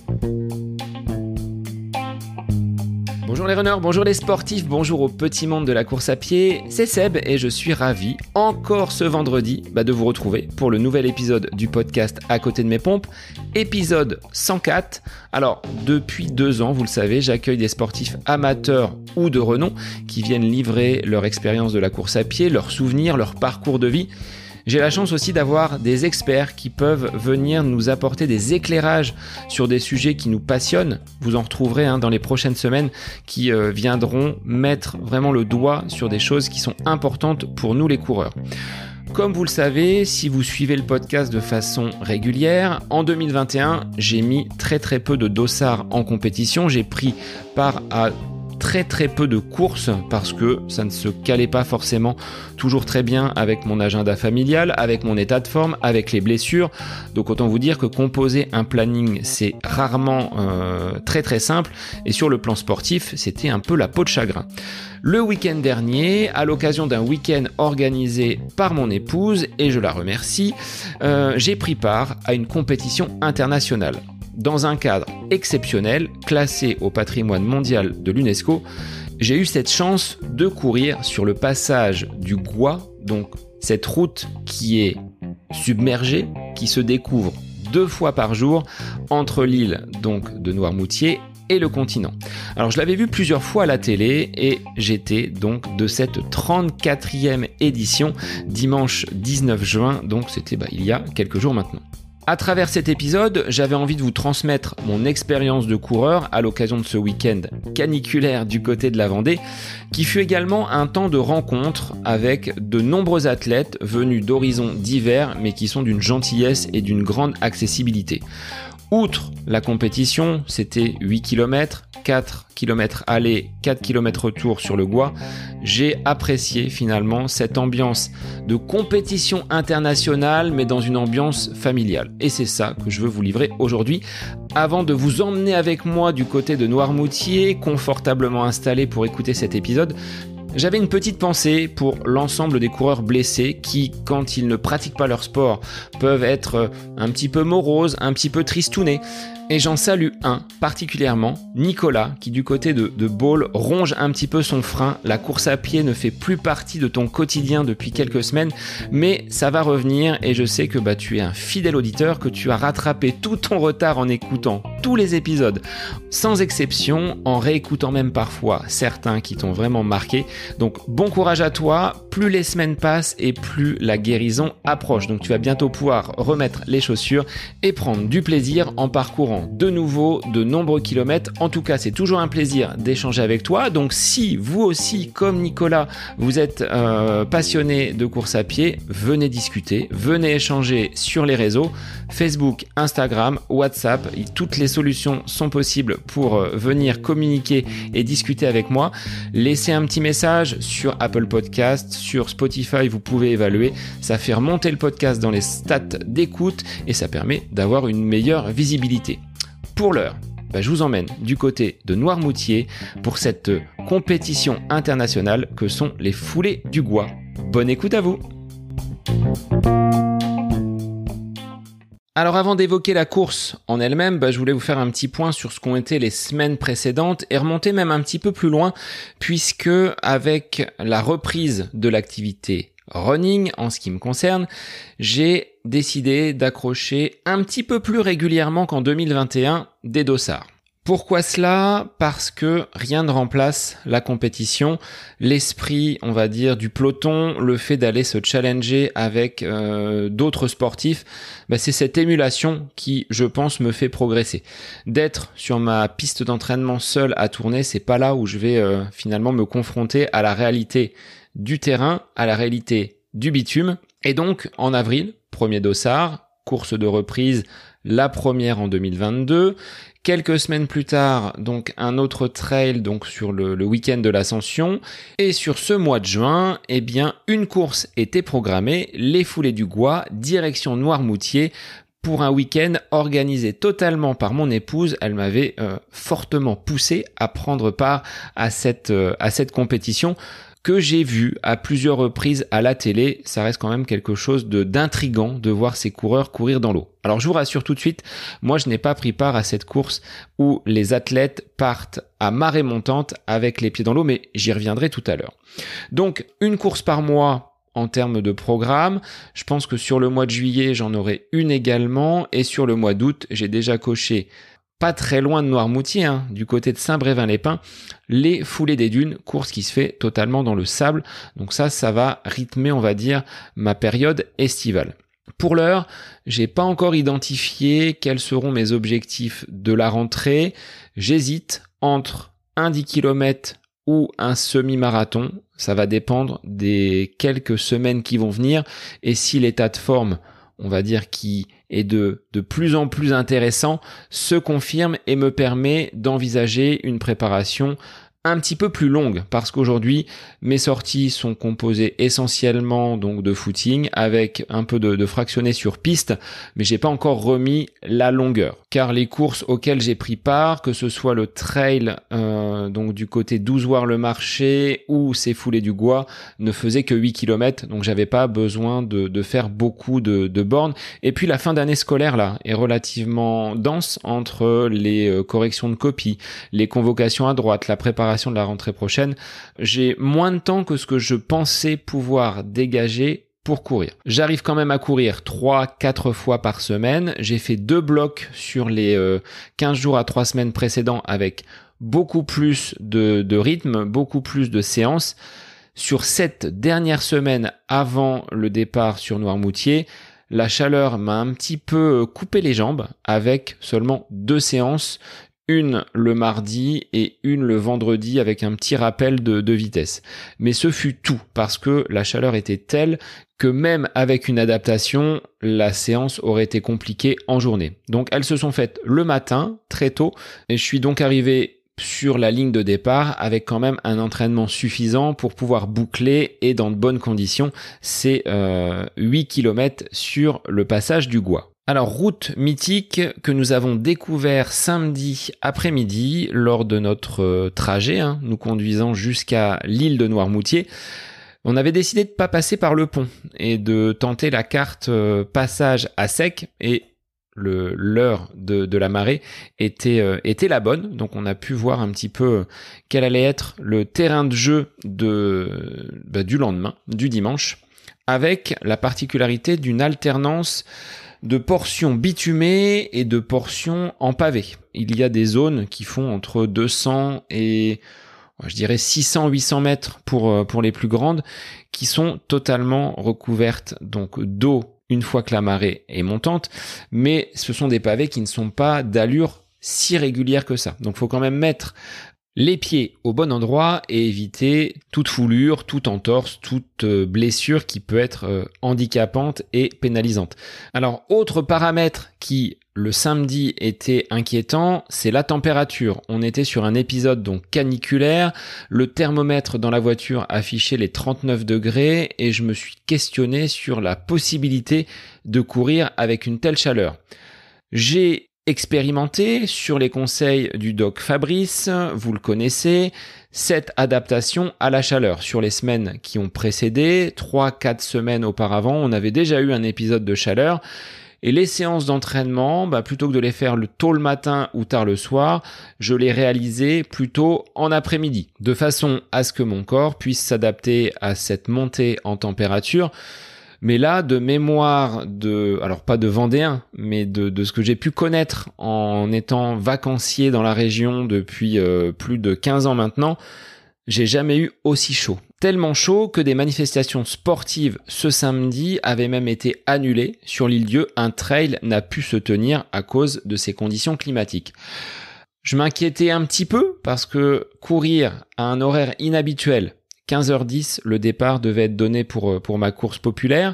Bonjour les runners, bonjour les sportifs, bonjour au petit monde de la course à pied, c'est Seb et je suis ravi, encore ce vendredi, de vous retrouver pour le nouvel épisode du podcast À côté de mes pompes, épisode 104. Alors, depuis 2 ans, vous le savez, j'accueille des sportifs amateurs ou de renom qui viennent livrer leur expérience de la course à pied, leurs souvenirs, leur parcours de vie. J'ai la chance aussi d'avoir des experts qui peuvent venir nous apporter des éclairages sur des sujets qui nous passionnent. Vous en retrouverez dans les prochaines semaines qui viendront mettre vraiment le doigt sur des choses qui sont importantes pour nous les coureurs. Comme vous le savez, si vous suivez le podcast de façon régulière, en 2021, j'ai mis très peu de dossards en compétition. J'ai pris part à très peu de courses parce que ça ne se calait pas forcément toujours très bien avec mon agenda familial, avec mon état de forme, avec les blessures. Donc autant vous dire que composer un planning, c'est rarement très simple. Et sur le plan sportif, c'était un peu la peau de chagrin. Le week-end dernier, à l'occasion d'un week-end organisé par mon épouse, et je la remercie, j'ai pris part à une compétition internationale. Dans un cadre exceptionnel, classé au patrimoine mondial de l'UNESCO, j'ai eu cette chance de courir sur le passage du Gois, donc cette route qui est submergée, qui se découvre 2 fois par jour entre l'île donc de Noirmoutier et le continent. Alors je l'avais vu plusieurs fois à la télé et j'étais donc de cette 34e édition, dimanche 19 juin, donc c'était il y a quelques jours maintenant. À travers cet épisode, j'avais envie de vous transmettre mon expérience de coureur à l'occasion de ce week-end caniculaire du côté de la Vendée, qui fut également un temps de rencontre avec de nombreux athlètes venus d'horizons divers, mais qui sont d'une gentillesse et d'une grande accessibilité. Outre la compétition, c'était 8 km, 4 km aller, 4 km retour sur le Gois. J'ai apprécié finalement cette ambiance de compétition internationale, mais dans une ambiance familiale. Et c'est ça que je veux vous livrer aujourd'hui. Avant de vous emmener avec moi du côté de Noirmoutier, confortablement installé pour écouter cet épisode, j'avais une petite pensée pour l'ensemble des coureurs blessés qui, quand ils ne pratiquent pas leur sport, peuvent être un petit peu moroses, un petit peu tristounés. Et j'en salue un particulièrement, Nicolas, qui du côté de Baule ronge un petit peu son frein. La course à pied ne fait plus partie de ton quotidien depuis quelques semaines, mais ça va revenir et je sais que tu es un fidèle auditeur, que tu as rattrapé tout ton retard en écoutant tous les épisodes, sans exception, en réécoutant même parfois certains qui t'ont vraiment marqué. Donc bon courage à toi, plus les semaines passent et plus la guérison approche. Donc tu vas bientôt pouvoir remettre les chaussures et prendre du plaisir en parcourant de nouveau de nombreux kilomètres. En tout cas, c'est toujours un plaisir d'échanger avec toi. Donc si vous aussi, comme Nicolas, vous êtes passionné de course à pied, venez discuter, venez échanger sur les réseaux, Facebook, Instagram, WhatsApp. Toutes les solutions sont possibles pour venir communiquer et discuter avec moi. Laissez un petit message sur Apple Podcast, sur Spotify, vous pouvez évaluer. Ça fait remonter le podcast dans les stats d'écoute et ça permet d'avoir une meilleure visibilité. Pour l'heure, je vous emmène du côté de Noirmoutier pour cette compétition internationale que sont les foulées du Gois. Bonne écoute à vous! Alors avant d'évoquer la course en elle-même, je voulais vous faire un petit point sur ce qu'ont été les semaines précédentes et remonter même un petit peu plus loin puisque avec la reprise de l'activité running, en ce qui me concerne, j'ai décidé d'accrocher un petit peu plus régulièrement qu'en 2021 des dossards. Pourquoi cela ? Parce que rien ne remplace la compétition, l'esprit, on va dire, du peloton, le fait d'aller se challenger avec d'autres sportifs, c'est cette émulation qui, je pense, me fait progresser. D'être sur ma piste d'entraînement seul à tourner, c'est pas là où je vais finalement me confronter à la réalité du terrain, à la réalité du bitume. Et donc, en avril, premier dossard, course de reprise, la première en 2022. Quelques semaines plus tard, donc un autre trail donc sur le week-end de l'Ascension. Et sur ce mois de juin, une course était programmée, les foulées du Gois, direction Noirmoutier, pour un week-end organisé totalement par mon épouse. Elle m'avait fortement poussé à prendre part à cette compétition que j'ai vu à plusieurs reprises à la télé. Ça reste quand même quelque chose d'intriguant de voir ces coureurs courir dans l'eau. Alors je vous rassure tout de suite, moi je n'ai pas pris part à cette course où les athlètes partent à marée montante avec les pieds dans l'eau, mais j'y reviendrai tout à l'heure. Donc une course par mois en termes de programme, je pense que sur le mois de juillet j'en aurai une également, et sur le mois d'août j'ai déjà coché pas très loin de Noirmoutier, du côté de Saint-Brévin-les-Pins, les Foulées des Dunes, course qui se fait totalement dans le sable. Donc ça va rythmer, on va dire, ma période estivale. Pour l'heure, j'ai pas encore identifié quels seront mes objectifs de la rentrée. J'hésite entre un 10 km ou un semi-marathon. Ça va dépendre des quelques semaines qui vont venir, et si l'état de forme, on va dire, qui est de plus en plus intéressant, se confirme et me permet d'envisager une préparation un petit peu plus longue, parce qu'aujourd'hui mes sorties sont composées essentiellement donc de footing avec un peu de fractionné sur piste, mais j'ai pas encore remis la longueur, car les courses auxquelles j'ai pris part, que ce soit le trail donc du côté d'Ozoir-le-Marché ou ces Foulées du Gois, ne faisaient que 8 km, donc j'avais pas besoin de faire beaucoup de bornes. Et puis la fin d'année scolaire là est relativement dense entre les corrections de copies, les convocations à droite, la préparation de la rentrée prochaine. J'ai moins de temps que ce que je pensais pouvoir dégager pour courir. J'arrive quand même à courir 3-4 fois par semaine. J'ai fait 2 blocs sur les 15 jours à 3 semaines précédents avec beaucoup plus de rythme, beaucoup plus de séances. Sur cette dernière semaine avant le départ sur Noirmoutier, la chaleur m'a un petit peu coupé les jambes avec seulement 2 séances, une le mardi et une le vendredi avec un petit rappel de vitesse. Mais ce fut tout, parce que la chaleur était telle que même avec une adaptation, la séance aurait été compliquée en journée. Donc elles se sont faites le matin, très tôt, et je suis donc arrivé sur la ligne de départ avec quand même un entraînement suffisant pour pouvoir boucler et dans de bonnes conditions ces 8 km sur le passage du Gois. Alors, route mythique que nous avons découvert samedi après-midi lors de notre trajet, nous conduisant jusqu'à l'île de Noirmoutier. On avait décidé de pas passer par le pont et de tenter la carte passage à sec, et l'heure de la marée était la bonne, donc on a pu voir un petit peu quel allait être le terrain de jeu du lendemain, du dimanche, avec la particularité d'une alternance de portions bitumées et de portions en pavé. Il y a des zones qui font entre 200 et je dirais 600-800 mètres pour les plus grandes, qui sont totalement recouvertes donc d'eau une fois que la marée est montante, mais ce sont des pavés qui ne sont pas d'allure si régulière que ça. Donc il faut quand même mettre les pieds au bon endroit et éviter toute foulure, toute entorse, toute blessure qui peut être handicapante et pénalisante. Alors, autre paramètre qui, le samedi, était inquiétant, c'est la température. On était sur un épisode donc caniculaire, le thermomètre dans la voiture affichait les 39 degrés et je me suis questionné sur la possibilité de courir avec une telle chaleur. J'ai expérimenté sur les conseils du doc Fabrice, vous le connaissez, cette adaptation à la chaleur. Sur les semaines qui ont précédé, 3-4 semaines auparavant, on avait déjà eu un épisode de chaleur, et les séances d'entraînement, plutôt que de les faire tôt le matin ou tard le soir, je les réalisais plutôt en après-midi, de façon à ce que mon corps puisse s'adapter à cette montée en température. Mais là, de mémoire alors pas de Vendéen, mais de ce que j'ai pu connaître en étant vacancier dans la région depuis plus de 15 ans maintenant, j'ai jamais eu aussi chaud. Tellement chaud que des manifestations sportives ce samedi avaient même été annulées sur l'île-Dieu. Un trail n'a pu se tenir à cause de ces conditions climatiques. Je m'inquiétais un petit peu parce que courir à un horaire inhabituel, 15h10, le départ devait être donné pour ma course populaire.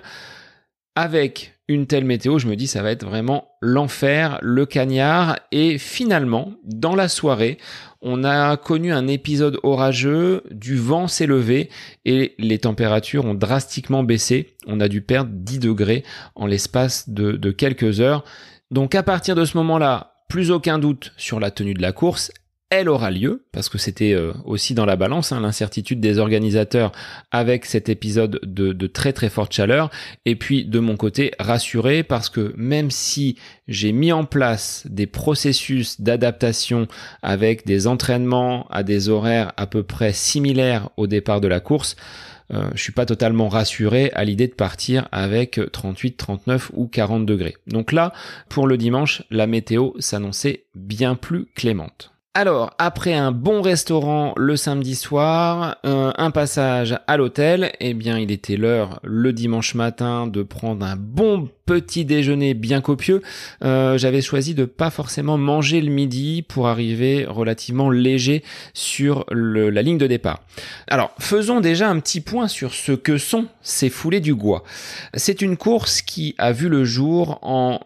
Avec une telle météo, je me dis ça va être vraiment l'enfer, le cagnard. Et finalement, dans la soirée, on a connu un épisode orageux, du vent s'est levé et les températures ont drastiquement baissé. On a dû perdre 10 degrés en l'espace de quelques heures. Donc à partir de ce moment-là, plus aucun doute sur la tenue de la course. elle aura lieu, parce que c'était aussi dans la balance, l'incertitude des organisateurs avec cet épisode de très très forte chaleur. Et puis de mon côté, rassuré, parce que même si j'ai mis en place des processus d'adaptation avec des entraînements à des horaires à peu près similaires au départ de la course, je suis pas totalement rassuré à l'idée de partir avec 38, 39 ou 40 degrés. Donc là, pour le dimanche, la météo s'annonçait bien plus clémente. Alors, après un bon restaurant le samedi soir, un passage à l'hôtel, eh bien, il était l'heure le dimanche matin de prendre un bon petit déjeuner bien copieux. J'avais choisi de pas forcément manger le midi pour arriver relativement léger sur la ligne de départ. Alors, faisons déjà un petit point sur ce que sont ces foulées du Gois. C'est une course qui a vu le jour en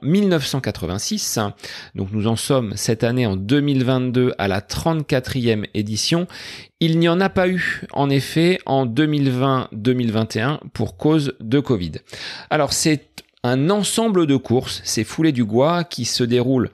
1986. Donc, nous en sommes cette année en 2022 à la 34e édition. Il n'y en a pas eu, en effet, en 2020-2021 pour cause de Covid. Alors, c'est un ensemble de courses, ces foulées du Gois, qui se déroulent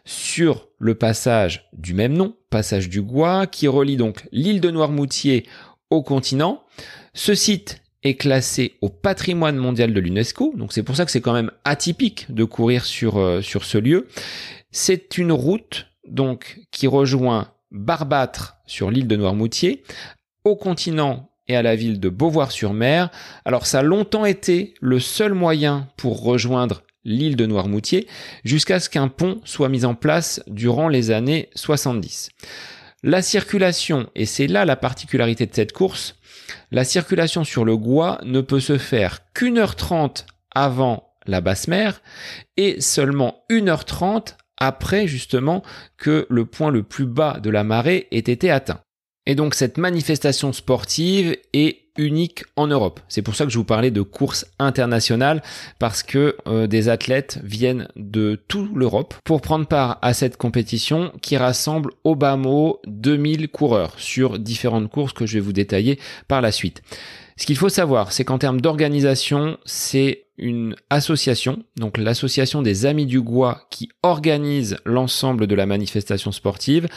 sur le passage du même nom, passage du Gois, qui relie donc l'île de Noirmoutier au continent. Ce site est classé au patrimoine mondial de l'UNESCO, donc c'est pour ça que c'est quand même atypique de courir sur ce lieu. C'est une route donc qui rejoint Barbâtre sur l'île de Noirmoutier, au continent et à la ville de Beauvoir-sur-Mer. Alors ça a longtemps été le seul moyen pour rejoindre l'île de Noirmoutier, jusqu'à ce qu'un pont soit mis en place durant les années 70. La circulation, et c'est là la particularité de cette course, la circulation sur le Gois ne peut se faire qu'1h30 avant la basse mer et seulement 1h30 après justement que le point le plus bas de la marée ait été atteint. Et donc cette manifestation sportive est unique en Europe. C'est pour ça que je vous parlais de course internationale, parce que des athlètes viennent de toute l'Europe pour prendre part à cette compétition qui rassemble au bas mot 2000 coureurs sur différentes courses que je vais vous détailler par la suite. Ce qu'il faut savoir, c'est qu'en termes d'organisation, c'est une association, donc l'association des Amis du Gois, qui organise l'ensemble de la manifestation sportive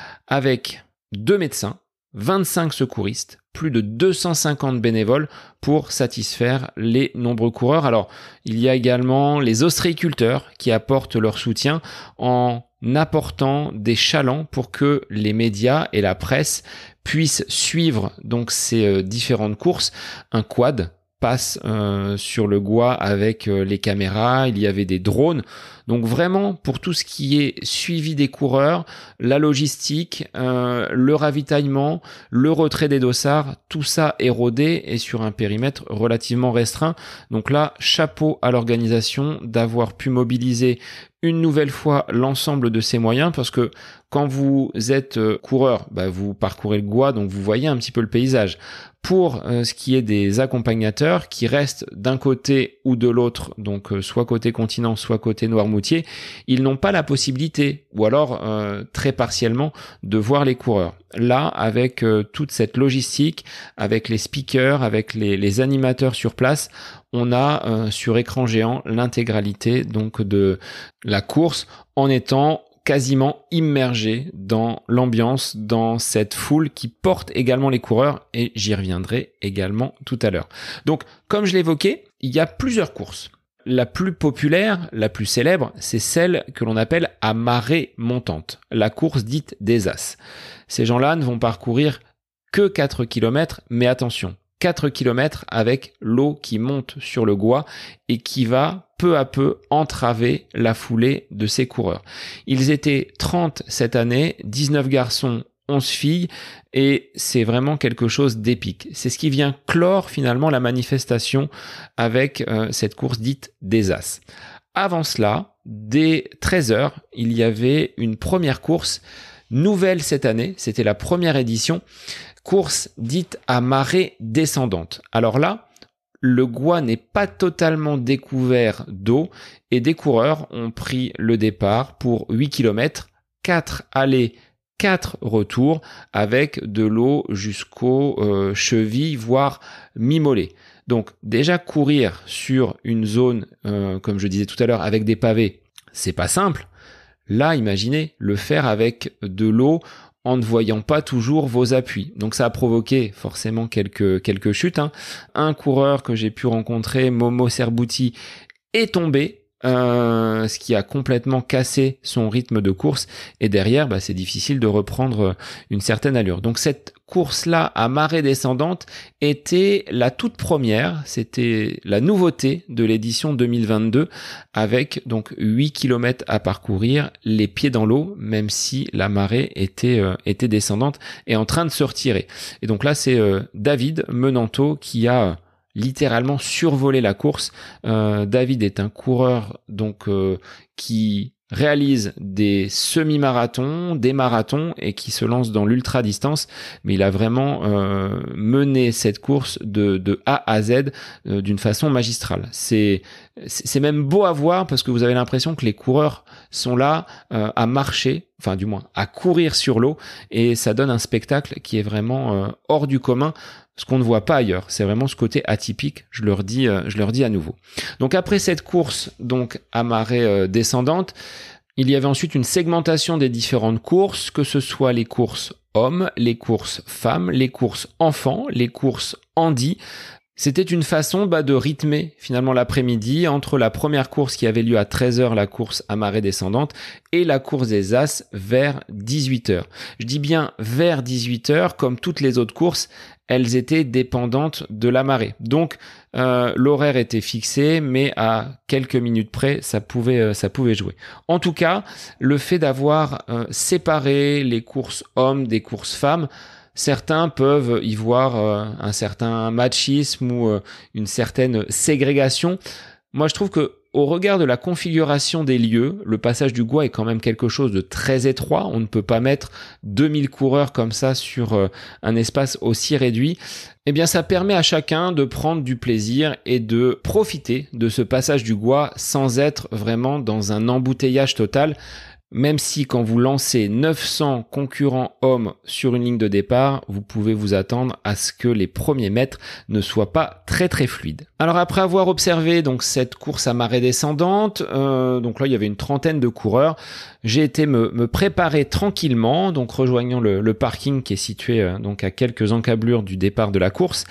avec 2 médecins, 25 secouristes, plus de 250 bénévoles pour satisfaire les nombreux coureurs. Alors, il y a également les ostréiculteurs qui apportent leur soutien en apportant des chalands pour que les médias et la presse puissent suivre donc ces différentes courses. Un quad passe sur le Gois avec les caméras, il y avait des drones. Donc vraiment, pour tout ce qui est suivi des coureurs, la logistique, le ravitaillement, le retrait des dossards, tout ça est rodé et sur un périmètre relativement restreint. Donc là, chapeau à l'organisation d'avoir pu mobiliser une nouvelle fois l'ensemble de ces moyens, parce que quand vous êtes coureur, vous parcourez le Gois, donc vous voyez un petit peu le paysage. Pour ce qui est des accompagnateurs qui restent d'un côté ou de l'autre, donc soit côté continent, soit côté Noirmoutier, ils n'ont pas la possibilité, ou alors très partiellement, de voir les coureurs. Là, avec toute cette logistique, avec les speakers, avec les animateurs sur place, on a sur écran géant l'intégralité donc de la course en étant quasiment immergé dans l'ambiance, dans cette foule qui porte également les coureurs, et j'y reviendrai également tout à l'heure. Donc, comme je l'évoquais, il y a plusieurs courses. La plus populaire, la plus célèbre, c'est celle que l'on appelle à marée montante, la course dite des As. Ces gens-là ne vont parcourir que 4 km, mais attention, 4 km avec l'eau qui monte sur le Gois et qui va peu à peu entraver la foulée de ces coureurs. Ils étaient 30 cette année, 19 garçons, 11 filles, et c'est vraiment quelque chose d'épique. C'est ce qui vient clore finalement la manifestation avec cette course dite des As. Avant cela, dès 13h, il y avait une première course nouvelle cette année, c'était la première édition, course dite à marée descendante. Alors là, le Gois n'est pas totalement découvert d'eau et des coureurs ont pris le départ pour 8 km, 4 allées, 4 retours avec de l'eau jusqu'aux chevilles, voire mi-mollet. Donc déjà courir sur une zone, comme je disais tout à l'heure, avec des pavés, c'est pas simple. Là, imaginez le faire avec de l'eau en ne voyant pas toujours vos appuis. Donc ça a provoqué forcément quelques chutes. Un coureur que j'ai pu rencontrer, Momo Serbouti, est tombé, ce qui a complètement cassé son rythme de course, et derrière c'est difficile de reprendre une certaine allure. Donc cette course-là à marée descendante était la toute première, c'était la nouveauté de l'édition 2022, avec donc 8 km à parcourir, les pieds dans l'eau, même si la marée était descendante et en train de se retirer. Et donc là c'est David Menanto qui a littéralement survoler la course. David est un coureur donc qui réalise des semi-marathons, des marathons et qui se lance dans l'ultra-distance, mais il a vraiment mené cette course de A à Z d'une façon magistrale. C'est même beau à voir parce que vous avez l'impression que les coureurs sont là à marcher, enfin du moins à courir sur l'eau, et ça donne un spectacle qui est vraiment hors du commun, ce qu'on ne voit pas ailleurs. C'est vraiment ce côté atypique, je leur dis à nouveau. Donc après cette course donc à marée descendante, il y avait ensuite une segmentation des différentes courses, que ce soit les courses hommes, les courses femmes, les courses enfants, les courses handi. C'était une façon de rythmer finalement l'après-midi entre la première course qui avait lieu à 13h, la course à marée descendante, et la course des As vers 18h. Je dis bien vers 18h, comme toutes les autres courses, elles étaient dépendantes de la marée. Donc l'horaire était fixé, mais à quelques minutes près, ça pouvait jouer. En tout cas, le fait d'avoir séparé les courses hommes des courses femmes, certains peuvent y voir un certain machisme ou une certaine ségrégation. Moi, je trouve que au regard de la configuration des lieux, le passage du Gois est quand même quelque chose de très étroit. On ne peut pas mettre 2000 coureurs comme ça sur un espace aussi réduit. Eh bien, ça permet à chacun de prendre du plaisir et de profiter de ce passage du Gois sans être vraiment dans un embouteillage total. Même si quand vous lancez 900 concurrents hommes sur une ligne de départ, vous pouvez vous attendre à ce que les premiers mètres ne soient pas très très fluides. Alors après avoir observé donc cette course à marée descendante, donc là il y avait une trentaine de coureurs, j'ai été me préparer tranquillement, donc rejoignant le parking qui est situé donc à quelques encablures du départ de la course.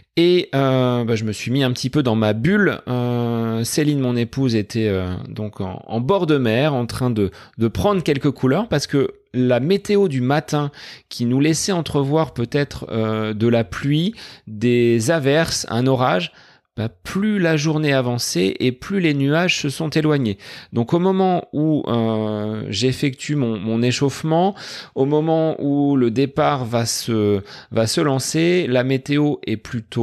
Et je me suis mis un petit peu dans ma bulle. Céline, mon épouse, était donc en bord de mer, en train de prendre quelques couleurs, parce que la météo du matin qui nous laissait entrevoir peut-être de la pluie, des averses, un orage, plus la journée avançait et plus les nuages se sont éloignés. Donc au moment où j'effectue mon échauffement, au moment où le départ va se lancer, la météo est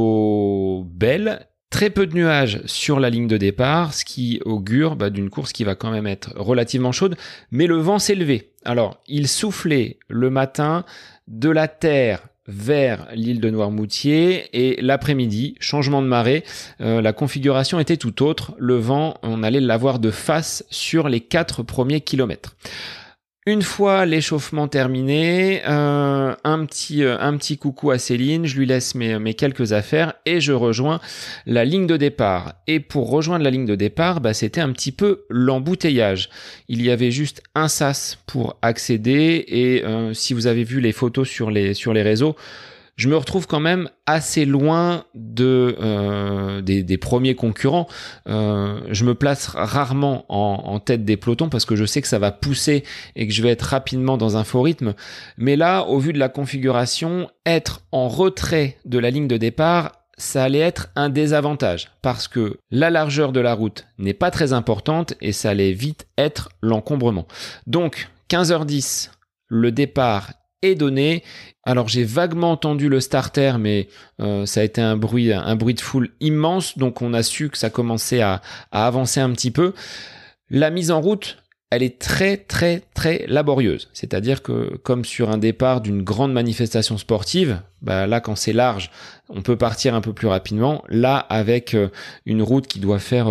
plutôt belle. Très peu de nuages sur la ligne de départ, ce qui augure d'une course qui va quand même être relativement chaude, mais le vent s'est levé. Alors, il soufflait le matin de la terre vers l'île de Noirmoutier, et l'après-midi, changement de marée, la configuration était tout autre. Le vent, on allait l'avoir de face sur les 4 premiers kilomètres. Une fois l'échauffement terminé, un petit coucou à Céline, je lui laisse mes quelques affaires et je rejoins la ligne de départ. Et pour rejoindre la ligne de départ, c'était un petit peu l'embouteillage. Il y avait juste un sas pour accéder, et si vous avez vu les photos sur les réseaux, je me retrouve quand même assez loin des premiers concurrents. Je me place rarement en tête des pelotons parce que je sais que ça va pousser et que je vais être rapidement dans un faux rythme. Mais là, au vu de la configuration, être en retrait de la ligne de départ, ça allait être un désavantage parce que la largeur de la route n'est pas très importante et ça allait vite être l'encombrement. Donc, 15h10, le départ est donné. Alors j'ai vaguement entendu le starter, mais ça a été un bruit de foule immense, donc on a su que ça commençait à avancer un petit peu. La mise en route, elle est très très très laborieuse, c'est-à-dire que comme sur un départ d'une grande manifestation sportive, là quand c'est large, on peut partir un peu plus rapidement. Là, avec une route qui doit faire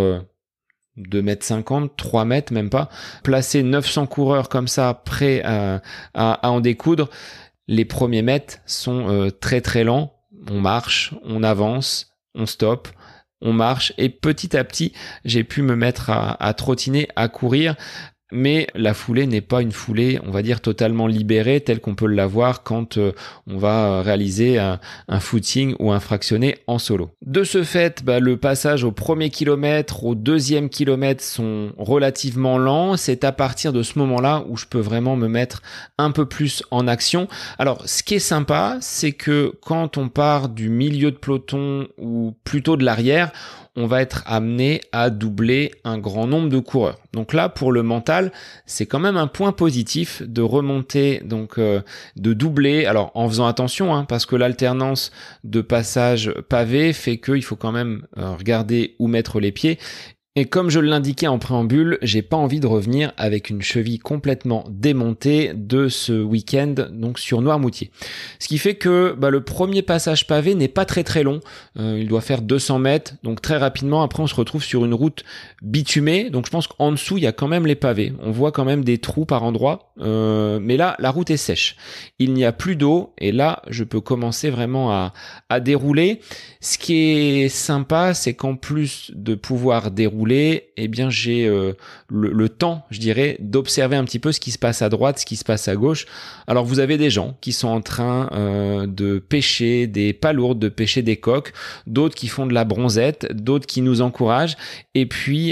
2,50 m, 3 mètres même pas, placer 900 coureurs comme ça prêts à en découdre, les premiers mètres sont très très lents. On marche, on avance, on stoppe, on marche, et petit à petit j'ai pu me mettre à trottiner, à courir. mais la foulée n'est pas une foulée, on va dire, totalement libérée telle qu'on peut l'avoir quand on va réaliser un footing ou un fractionné en solo. De ce fait, le passage au premier kilomètre, au deuxième kilomètre sont relativement lents. C'est à partir de ce moment-là où je peux vraiment me mettre un peu plus en action. Alors, ce qui est sympa, c'est que quand on part du milieu de peloton ou plutôt de l'arrière, on va être amené à doubler un grand nombre de coureurs. Donc là, pour le mental, c'est quand même un point positif de remonter, donc de doubler. Alors en faisant attention, parce que l'alternance de passage pavé fait qu'il faut quand même regarder où mettre les pieds. Et comme je l'indiquais en préambule, j'ai pas envie de revenir avec une cheville complètement démontée de ce week-end, donc sur Noirmoutier. Ce qui fait que le premier passage pavé n'est pas très très long. Il doit faire 200 mètres, donc très rapidement. Après, on se retrouve sur une route bitumée. Donc je pense qu'en dessous, il y a quand même les pavés. On voit quand même des trous par endroits. Mais là, la route est sèche. Il n'y a plus d'eau. Et là, je peux commencer vraiment à dérouler. Ce qui est sympa, c'est qu'en plus de pouvoir dérouler, j'ai le temps, je dirais, d'observer un petit peu ce qui se passe à droite, ce qui se passe à gauche. Alors vous avez des gens qui sont en train de pêcher des palourdes, de pêcher des coques, d'autres qui font de la bronzette, d'autres qui nous encouragent. Et puis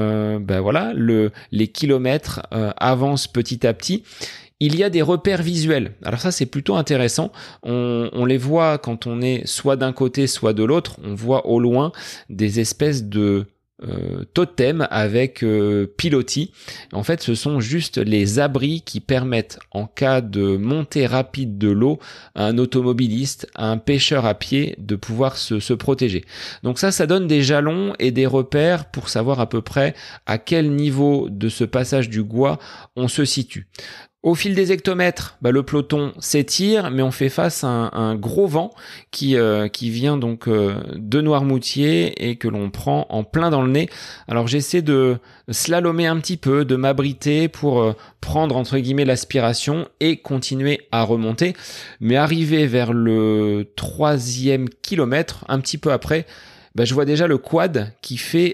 les kilomètres avancent petit à petit. Il y a des repères visuels. Alors ça, c'est plutôt intéressant. On les voit quand on est soit d'un côté, soit de l'autre. On voit au loin des espèces de totems avec pilotis. En fait, ce sont juste les abris qui permettent, en cas de montée rapide de l'eau, à un automobiliste, à un pêcheur à pied, de pouvoir se protéger. Donc ça donne des jalons et des repères pour savoir à peu près à quel niveau de ce passage du Gois on se situe. Au fil des hectomètres, le peloton s'étire, mais on fait face à un gros vent qui vient donc de Noirmoutier et que l'on prend en plein dans le nez. Alors j'essaie de slalomer un petit peu, de m'abriter pour prendre entre guillemets l'aspiration et continuer à remonter. Mais arrivé vers le 3e kilomètre, un petit peu après, je vois déjà le quad qui fait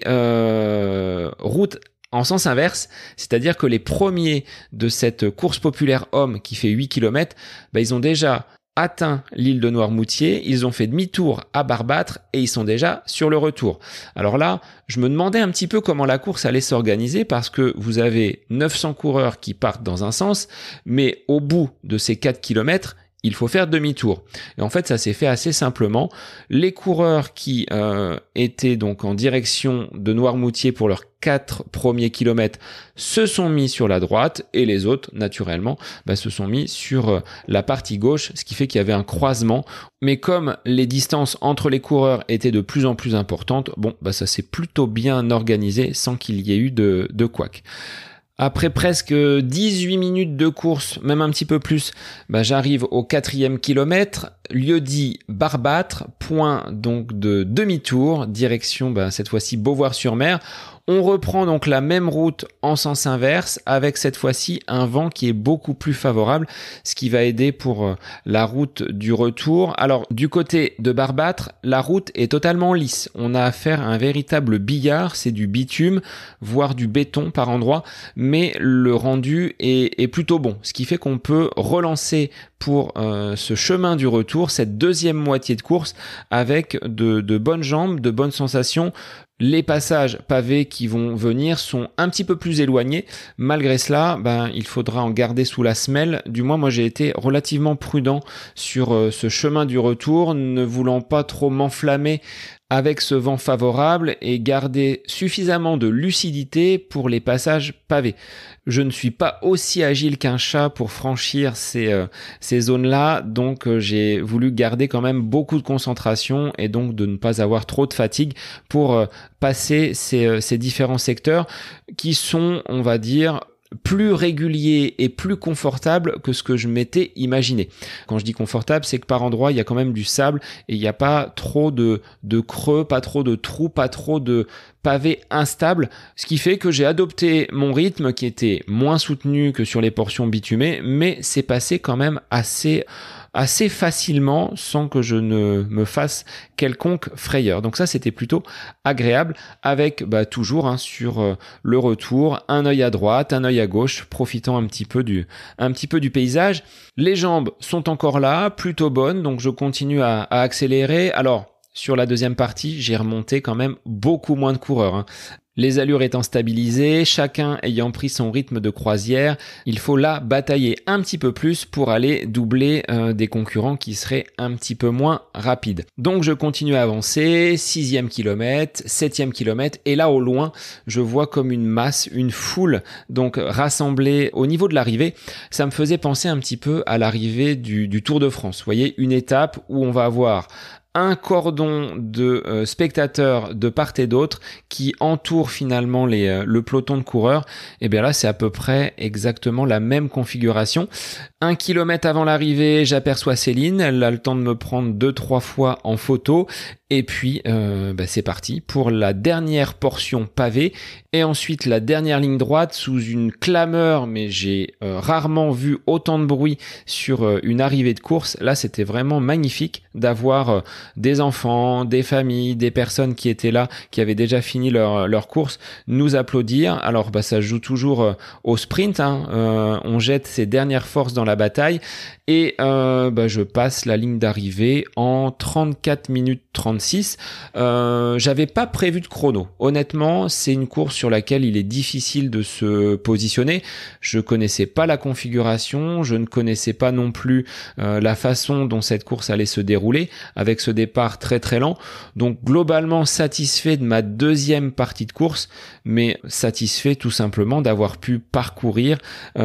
route en sens inverse, c'est-à-dire que les premiers de cette course populaire homme qui fait 8 km, ils ont déjà atteint l'île de Noirmoutier, ils ont fait demi-tour à Barbâtre et ils sont déjà sur le retour. Alors là, je me demandais un petit peu comment la course allait s'organiser parce que vous avez 900 coureurs qui partent dans un sens, mais au bout de ces 4 km, il faut faire demi-tour. Et en fait, ça s'est fait assez simplement. Les coureurs qui étaient donc en direction de Noirmoutier pour leurs 4 premiers kilomètres se sont mis sur la droite et les autres, naturellement, se sont mis sur la partie gauche, ce qui fait qu'il y avait un croisement. Mais comme les distances entre les coureurs étaient de plus en plus importantes, ça s'est plutôt bien organisé sans qu'il y ait eu de couac. Après presque 18 minutes de course, même un petit peu plus, j'arrive au 4e kilomètre, lieu-dit Barbâtre, point donc de demi-tour, direction cette fois-ci Beauvoir-sur-Mer. On reprend donc la même route en sens inverse avec cette fois-ci un vent qui est beaucoup plus favorable, ce qui va aider pour la route du retour. Alors du côté de Barbâtre, la route est totalement lisse. On a affaire à un véritable billard, c'est du bitume, voire du béton par endroits, mais le rendu est plutôt bon, ce qui fait qu'on peut relancer pour ce chemin du retour, cette deuxième moitié de course avec de bonnes jambes, de bonnes sensations. Les passages pavés qui vont venir sont un petit peu plus éloignés. Malgré cela, il faudra en garder sous la semelle. Du moins, moi, j'ai été relativement prudent sur ce chemin du retour, ne voulant pas trop m'enflammer avec ce vent favorable et garder suffisamment de lucidité pour les passages pavés. Je ne suis pas aussi agile qu'un chat pour franchir ces zones-là, donc j'ai voulu garder quand même beaucoup de concentration et donc de ne pas avoir trop de fatigue pour passer ces différents secteurs qui sont, on va dire, plus régulier et plus confortable que ce que je m'étais imaginé. Quand je dis confortable, c'est que par endroits, il y a quand même du sable et il n'y a pas trop de creux, pas trop de trous, pas trop de pavés instables, ce qui fait que j'ai adopté mon rythme qui était moins soutenu que sur les portions bitumées, mais c'est passé quand même assez assez facilement sans que je ne me fasse quelconque frayeur. Donc ça, c'était plutôt agréable avec toujours sur le retour, un œil à droite, un œil à gauche, profitant un petit peu du paysage. Les jambes sont encore là, plutôt bonnes, donc je continue à accélérer. Alors, sur la deuxième partie, j'ai remonté quand même beaucoup moins de coureurs. Les allures étant stabilisées, chacun ayant pris son rythme de croisière, il faut là batailler un petit peu plus pour aller doubler des concurrents qui seraient un petit peu moins rapides. Donc je continue à avancer, 6e kilomètre, 7e kilomètre, et là au loin, je vois comme une masse, une foule donc rassemblée au niveau de l'arrivée. Ça me faisait penser un petit peu à l'arrivée du Tour de France. Vous voyez, une étape où on va avoir un cordon de spectateurs de part et d'autre qui entoure finalement le peloton de coureurs. Et bien là, c'est à peu près exactement la même configuration. 1 kilomètre avant l'arrivée, j'aperçois Céline. Elle a le temps de me prendre 2-3 fois en photo. Et puis, c'est parti pour la dernière portion pavée. Et ensuite, la dernière ligne droite sous une clameur. Mais j'ai rarement vu autant de bruit sur une arrivée de course. Là, c'était vraiment magnifique d'avoir des enfants, des familles, des personnes qui étaient là, qui avaient déjà fini leur course, nous applaudir. Alors, ça joue toujours au sprint. On jette ses dernières forces dans la bataille. Et je passe la ligne d'arrivée en 34 minutes 36. J'avais pas prévu de chrono. Honnêtement, c'est une course sur laquelle il est difficile de se positionner. Je connaissais pas la configuration, je ne connaissais pas non plus la façon dont cette course allait se dérouler, avec ce départ très très lent. Donc globalement satisfait de ma deuxième partie de course, mais satisfait tout simplement d'avoir pu parcourir,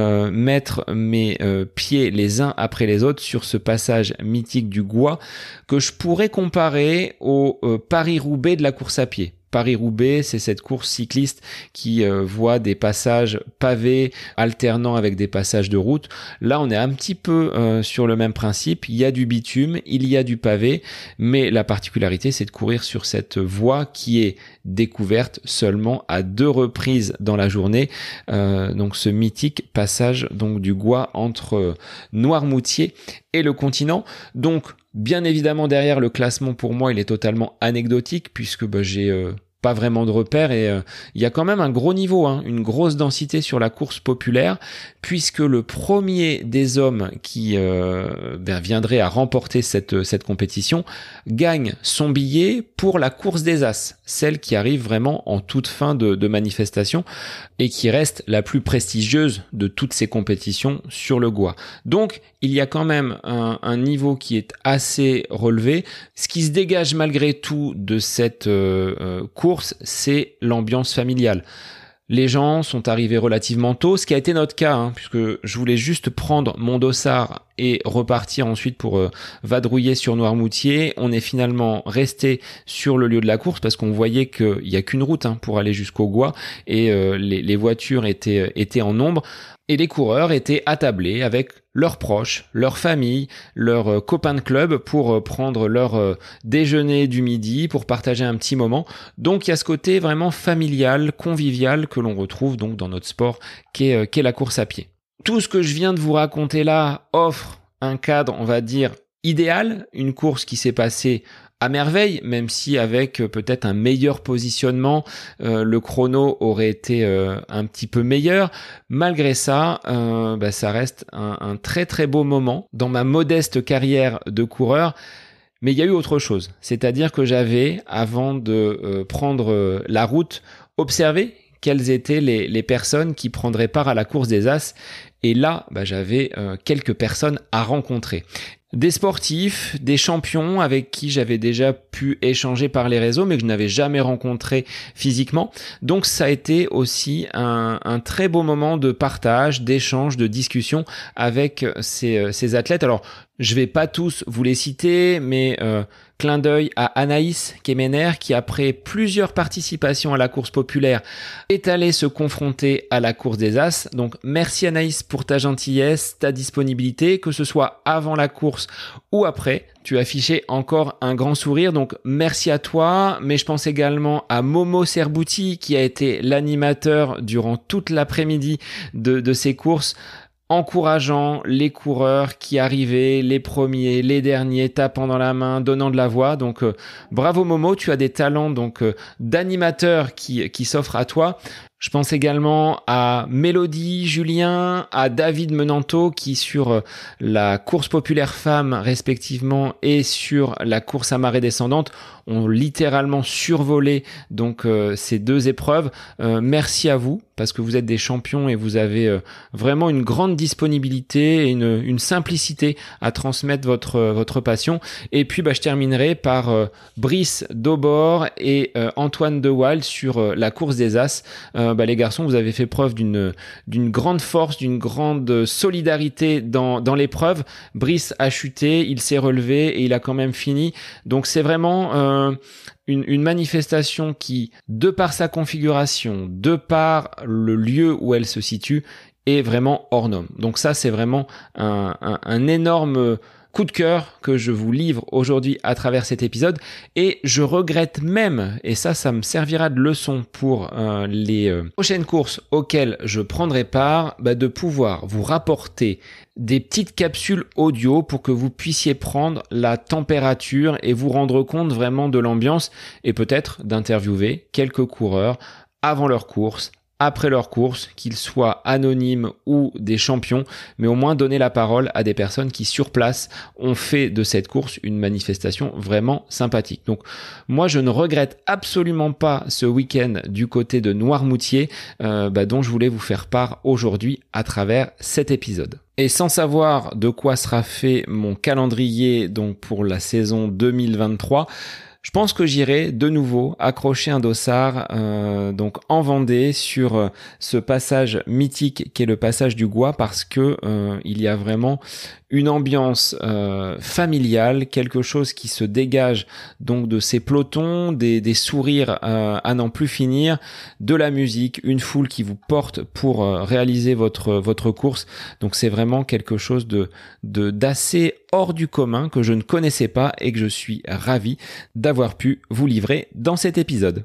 mettre mes pieds les uns après les autres sur ce passage mythique du Gois que je pourrais comparer au Paris-Roubaix de la course à pied. Paris-Roubaix, c'est cette course cycliste qui voit des passages pavés alternant avec des passages de route. Là, on est un petit peu sur le même principe. Il y a du bitume, il y a du pavé, mais la particularité, c'est de courir sur cette voie qui est découverte seulement à 2 reprises dans la journée. Donc, ce mythique passage donc du Gois entre Noirmoutier et le continent. Donc, bien évidemment, derrière le classement, pour moi, il est totalement anecdotique puisque j'ai pas vraiment de repères et il y a quand même un gros niveau, une grosse densité sur la course populaire puisque le premier des hommes qui viendrait à remporter cette compétition gagne son billet pour la course des As, celle qui arrive vraiment en toute fin de manifestation et qui reste la plus prestigieuse de toutes ces compétitions sur le Gois. Donc, il y a quand même un niveau qui est assez relevé. Ce qui se dégage malgré tout de cette course, c'est l'ambiance familiale. Les gens sont arrivés relativement tôt, ce qui a été notre cas, puisque je voulais juste prendre mon dossard et repartir ensuite pour vadrouiller sur Noirmoutier. On est finalement resté sur le lieu de la course parce qu'on voyait qu'il n'y a qu'une route pour aller jusqu'au Gois et les voitures étaient en nombre. Et les coureurs étaient attablés avec leurs proches, leurs familles, leurs copains de club pour prendre leur déjeuner du midi, pour partager un petit moment. Donc il y a ce côté vraiment familial, convivial que l'on retrouve donc dans notre sport qu'est la course à pied. Tout ce que je viens de vous raconter là offre un cadre, on va dire, idéal, une course qui s'est passée à merveille, même si avec peut-être un meilleur positionnement, le chrono aurait été un petit peu meilleur. Malgré ça, ça reste un très très beau moment dans ma modeste carrière de coureur. Mais il y a eu autre chose, c'est-à-dire que j'avais, avant de prendre la route, observé quelles étaient les personnes qui prendraient part à la course des As. Et là, j'avais quelques personnes à rencontrer. Des sportifs, des champions avec qui j'avais déjà pu échanger par les réseaux mais que je n'avais jamais rencontré physiquement. Donc ça a été aussi un très beau moment de partage, d'échange, de discussion avec ces athlètes. Alors je vais pas tous vous les citer, mais clin d'œil à Anaïs Kemener qui, après plusieurs participations à la course populaire, est allée se confronter à la course des As. Donc merci Anaïs pour ta gentillesse, ta disponibilité, que ce soit avant la course ou après. Tu affichais encore un grand sourire, donc merci à toi. Mais je pense également à Momo Serbouti qui a été l'animateur durant toute l'après-midi de ces courses, encourageant les coureurs qui arrivaient, les premiers, les derniers, tapant dans la main, donnant de la voix. Donc bravo Momo, tu as des talents d'animateur qui s'offrent à toi. Je pense également à Mélodie, Julien, à David Menanto qui sur la course populaire femmes respectivement et sur la course à marée descendante ont littéralement survolé ces deux épreuves. Merci à vous parce que vous êtes des champions et vous avez vraiment une grande disponibilité et une simplicité à transmettre votre passion. Et puis je terminerai par Brice Daubord et Antoine De Waal sur la course des As. Les garçons, vous avez fait preuve d'une grande force, d'une grande solidarité dans l'épreuve. Brice a chuté, il s'est relevé et il a quand même fini. Donc c'est vraiment une manifestation qui, de par sa configuration, de par le lieu où elle se situe, est vraiment hors norme. Donc ça, c'est vraiment un énorme coup de cœur que je vous livre aujourd'hui à travers cet épisode, et je regrette même, et ça me servira de leçon pour les prochaines courses auxquelles je prendrai part, de pouvoir vous rapporter des petites capsules audio pour que vous puissiez prendre la température et vous rendre compte vraiment de l'ambiance, et peut-être d'interviewer quelques coureurs avant leur course, après leur course, qu'ils soient anonymes ou des champions, mais au moins donner la parole à des personnes qui sur place ont fait de cette course une manifestation vraiment sympathique. Donc moi je ne regrette absolument pas ce week-end du côté de Noirmoutier dont je voulais vous faire part aujourd'hui à travers cet épisode. Et sans savoir de quoi sera fait mon calendrier donc pour la saison 2023, je pense que j'irai de nouveau accrocher un dossard en Vendée sur ce passage mythique qu'est le passage du Gois, parce que il y a vraiment une ambiance familiale, quelque chose qui se dégage donc de ces pelotons, des sourires à n'en plus finir, de la musique, une foule qui vous porte pour réaliser votre course. Donc c'est vraiment quelque chose d'assez hors du commun que je ne connaissais pas et que je suis ravi d'avoir pu vous livrer dans cet épisode.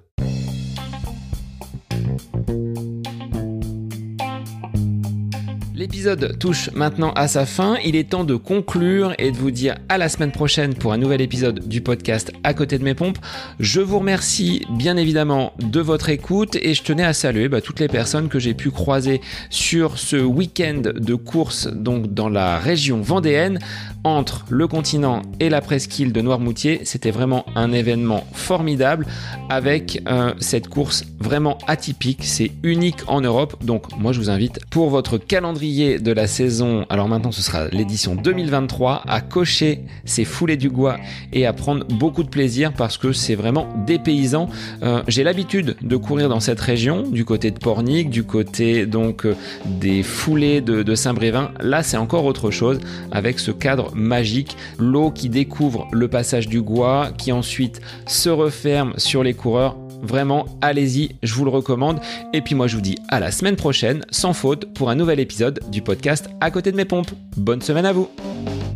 L'épisode touche maintenant à sa fin, il est temps de conclure et de vous dire à la semaine prochaine pour un nouvel épisode du podcast À côté de mes pompes. Je vous remercie bien évidemment de votre écoute et je tenais à saluer toutes les personnes que j'ai pu croiser sur ce week-end de course donc dans la région vendéenne entre le continent et la presqu'île de Noirmoutier. C'était vraiment un événement formidable avec cette course vraiment atypique, c'est unique en Europe. Donc moi je vous invite pour votre calendrier de la saison, alors maintenant ce sera l'édition 2023, à cocher ces foulées du Gois et à prendre beaucoup de plaisir parce que c'est vraiment dépaysant. J'ai l'habitude de courir dans cette région, du côté de Pornic, du côté donc des foulées de Saint-Brévin. Là c'est encore autre chose avec ce cadre magique, l'eau qui découvre le passage du Gois, qui ensuite se referme sur les coureurs. Vraiment, allez-y, je vous le recommande. Et puis moi, je vous dis à la semaine prochaine, sans faute, pour un nouvel épisode du podcast À côté de mes pompes. Bonne semaine à vous!